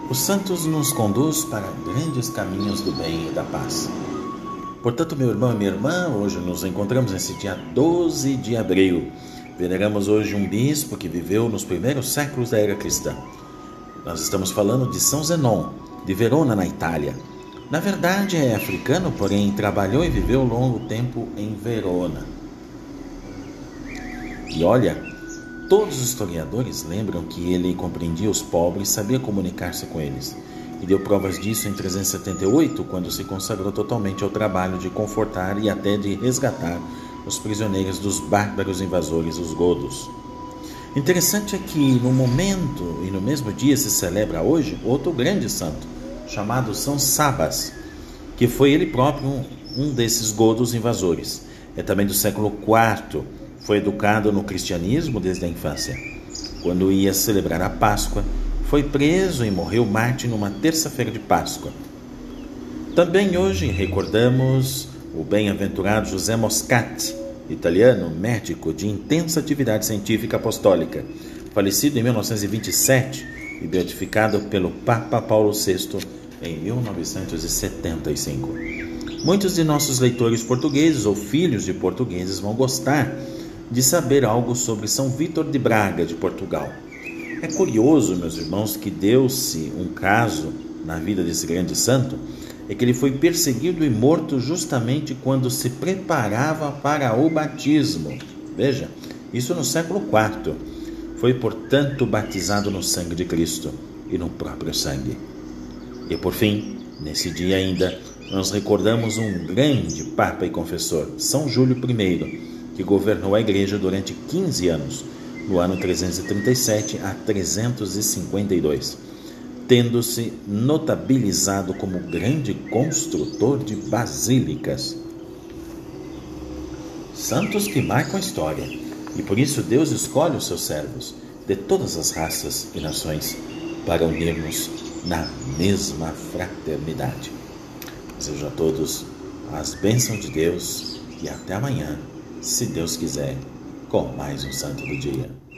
Os santos nos conduz para grandes caminhos do bem e da paz. Portanto, meu irmão e minha irmã, hoje nos encontramos nesse dia 12 de abril. Veneramos hoje um bispo que viveu nos primeiros séculos da era cristã. Nós estamos falando de São Zenon, de Verona, na Itália. Na verdade, é africano, porém trabalhou e viveu longo tempo em Verona. E olha, todos os historiadores lembram que ele compreendia os pobres e sabia comunicar-se com eles. E deu provas disso em 378, quando se consagrou totalmente ao trabalho de confortar e até de resgatar os prisioneiros dos bárbaros invasores, os godos. Interessante é que no momento e no mesmo dia se celebra hoje outro grande santo, chamado São Sabas, que foi ele próprio um desses godos invasores. É também do século IV, foi educado no cristianismo desde a infância. Quando ia celebrar a Páscoa, foi preso e morreu mártir numa terça-feira de Páscoa. Também hoje recordamos o bem-aventurado José Moscati, italiano, médico de intensa atividade científica apostólica, falecido em 1927 e beatificado pelo Papa Paulo VI em 1975. Muitos de nossos leitores portugueses ou filhos de portugueses vão gostar de saber algo sobre São Vítor de Braga, de Portugal. É curioso, meus irmãos, que deu-se um caso na vida desse grande santo, é que ele foi perseguido e morto justamente quando se preparava para o batismo. Veja, isso no século IV. Foi, portanto, batizado no sangue de Cristo e no próprio sangue. E por fim, nesse dia ainda, nós recordamos um grande Papa e confessor, São Júlio I, que governou a Igreja durante 15 anos, no ano 337 a 352, tendo-se notabilizado como grande construtor de basílicas. Santos que marcam a história, e por isso Deus escolhe os seus servos, de todas as raças e nações, para unirmos na mesma fraternidade. Desejo a todos as bênçãos de Deus e até amanhã, se Deus quiser, com mais um Santo do Dia.